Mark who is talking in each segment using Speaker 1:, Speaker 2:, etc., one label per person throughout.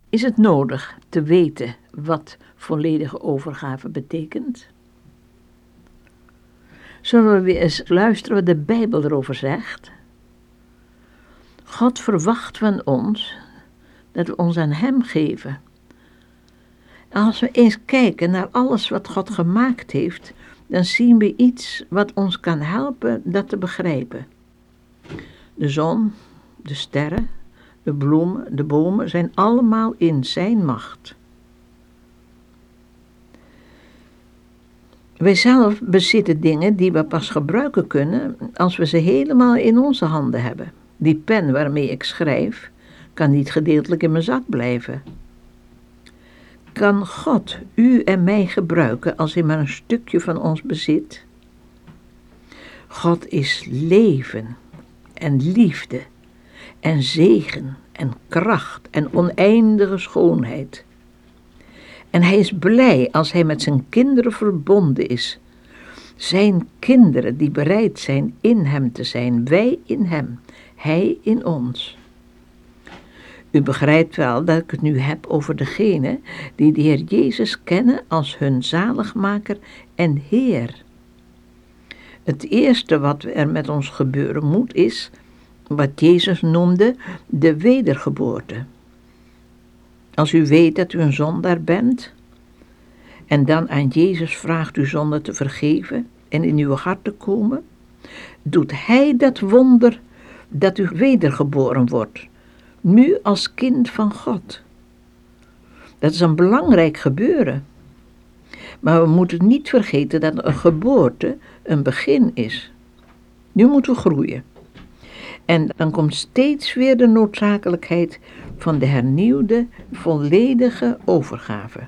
Speaker 1: Is het nodig te weten wat volledige overgave betekent? Zullen we weer eens luisteren wat de Bijbel erover zegt? God verwacht van ons dat we ons aan Hem geven. En als we eens kijken naar alles wat God gemaakt heeft, dan zien we iets wat ons kan helpen dat te begrijpen. De zon, de sterren, de bloemen, de bomen zijn allemaal in zijn macht. Wij zelf bezitten dingen die we pas gebruiken kunnen als we ze helemaal in onze handen hebben. Die pen waarmee ik schrijf, kan niet gedeeltelijk in mijn zak blijven. Kan God u en mij gebruiken als hij maar een stukje van ons bezit? God is leven en liefde en zegen en kracht en oneindige schoonheid. En hij is blij als hij met zijn kinderen verbonden is. Zijn kinderen die bereid zijn in hem te zijn, wij in hem, hij in ons. U begrijpt wel dat ik het nu heb over degenen die de Heer Jezus kennen als hun zaligmaker en Heer. Het eerste wat er met ons gebeuren moet is wat Jezus noemde de wedergeboorte. Als u weet dat u een zondaar bent en dan aan Jezus vraagt uw zonde te vergeven en in uw hart te komen, doet Hij dat wonder dat u wedergeboren wordt, nu als kind van God. Dat is een belangrijk gebeuren. Maar we moeten niet vergeten dat een geboorte een begin is. Nu moeten we groeien. En dan komt steeds weer de noodzakelijkheid van de hernieuwde, volledige overgave.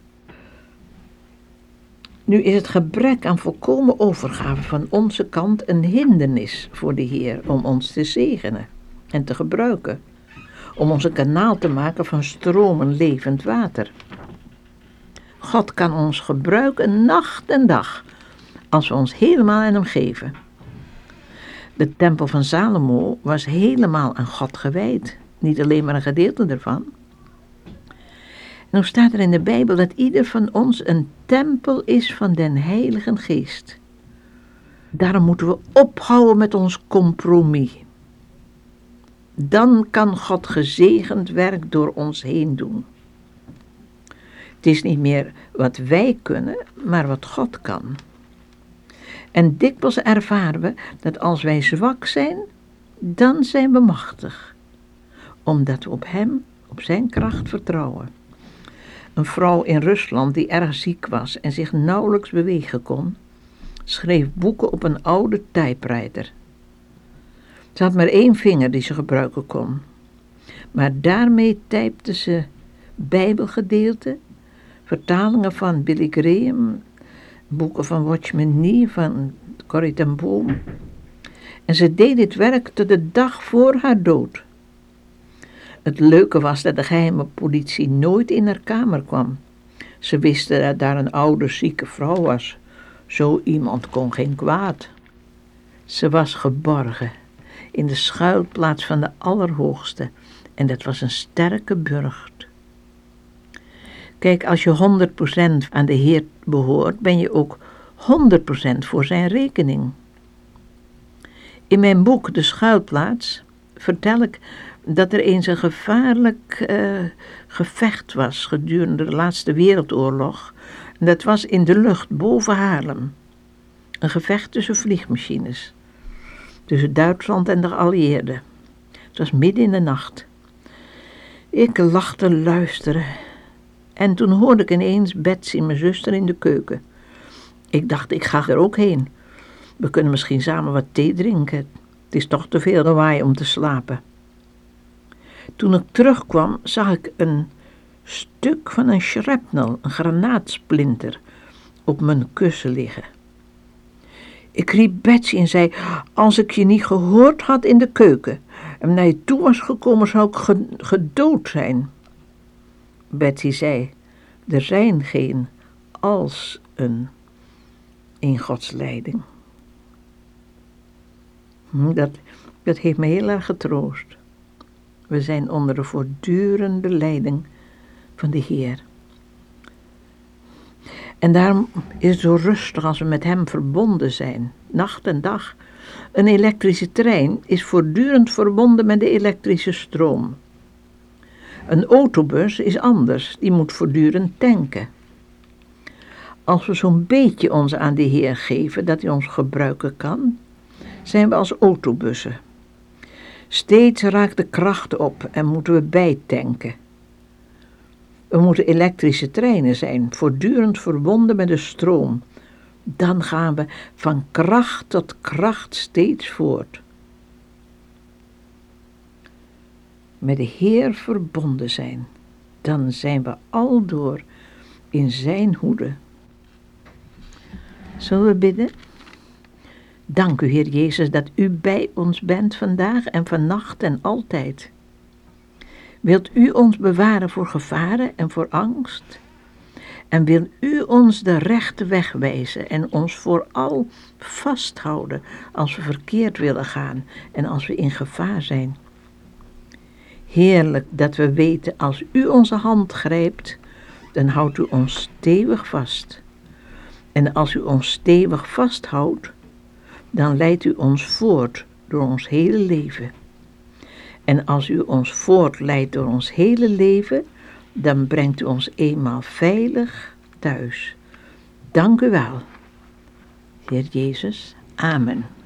Speaker 1: Nu is het gebrek aan volkomen overgave van onze kant een hindernis voor de Heer om ons te zegenen en te gebruiken. Om ons een kanaal te maken van stromen levend water. God kan ons gebruiken nacht en dag, als we ons helemaal aan hem geven. De tempel van Salomo was helemaal aan God gewijd, niet alleen maar een gedeelte ervan. En nu staat er in de Bijbel dat ieder van ons een tempel is van den Heilige Geest. Daarom moeten we ophouden met ons compromis. Dan kan God gezegend werk door ons heen doen. Het is niet meer wat wij kunnen, maar wat God kan. En dikwijls ervaren we dat als wij zwak zijn, dan zijn we machtig. Omdat we op hem, op zijn kracht vertrouwen. Een vrouw in Rusland die erg ziek was en zich nauwelijks bewegen kon, schreef boeken op een oude typewriter. Ze had maar 1 vinger die ze gebruiken kon. Maar daarmee typte ze Bijbelgedeelten, vertalingen van Billy Graham, boeken van Watchman Nee, van Corrie ten Boom. En ze deed dit werk tot de dag voor haar dood. Het leuke was dat de geheime politie nooit in haar kamer kwam. Ze wisten dat daar een oude zieke vrouw was. Zo iemand kon geen kwaad. Ze was geborgen in de schuilplaats van de Allerhoogste en dat was een sterke burcht. Kijk, als je 100% aan de Heer behoort, ben je ook 100% voor zijn rekening. In mijn boek De Schuilplaats vertel ik dat er eens een gevaarlijk gevecht was gedurende de Laatste Wereldoorlog. En dat was in de lucht boven Haarlem. Een gevecht tussen vliegmachines. Tussen Duitsland en de geallieerden. Het was midden in de nacht. Ik lag te luisteren. En toen hoorde ik ineens Betsy, mijn zuster, in de keuken. Ik dacht, ik ga er ook heen. We kunnen misschien samen wat thee drinken. Het is toch te veel lawaai om te slapen. Toen ik terugkwam, zag ik een stuk van een shrapnel, een granaatsplinter, op mijn kussen liggen. Ik riep Betsy en zei, als ik je niet gehoord had in de keuken en naar je toe was gekomen, zou ik gedood zijn. Betsy zei, er zijn geen als een in Gods leiding. Dat heeft me heel erg getroost. We zijn onder de voortdurende leiding van de Heer. En daarom is het zo rustig als we met Hem verbonden zijn, nacht en dag. Een elektrische trein is voortdurend verbonden met de elektrische stroom. Een autobus is anders, die moet voortdurend tanken. Als we zo'n beetje ons aan de Heer geven, dat Hij ons gebruiken kan, zijn we als autobussen. Steeds raakt de kracht op en moeten we bijtanken. We moeten elektrische treinen zijn, voortdurend verbonden met de stroom. Dan gaan we van kracht tot kracht steeds voort. Met de Heer verbonden zijn, dan zijn we aldoor in zijn hoede. Zullen we bidden? Dank u, Heer Jezus, dat u bij ons bent vandaag en vannacht en altijd. Wilt u ons bewaren voor gevaren en voor angst? En wil u ons de rechte weg wijzen en ons vooral vasthouden als we verkeerd willen gaan en als we in gevaar zijn? Heerlijk dat we weten, als u onze hand grijpt, dan houdt u ons stevig vast. En als u ons stevig vasthoudt, dan leidt u ons voort door ons hele leven. En als u ons voortleidt door ons hele leven, dan brengt u ons eenmaal veilig thuis. Dank u wel, Heer Jezus. Amen.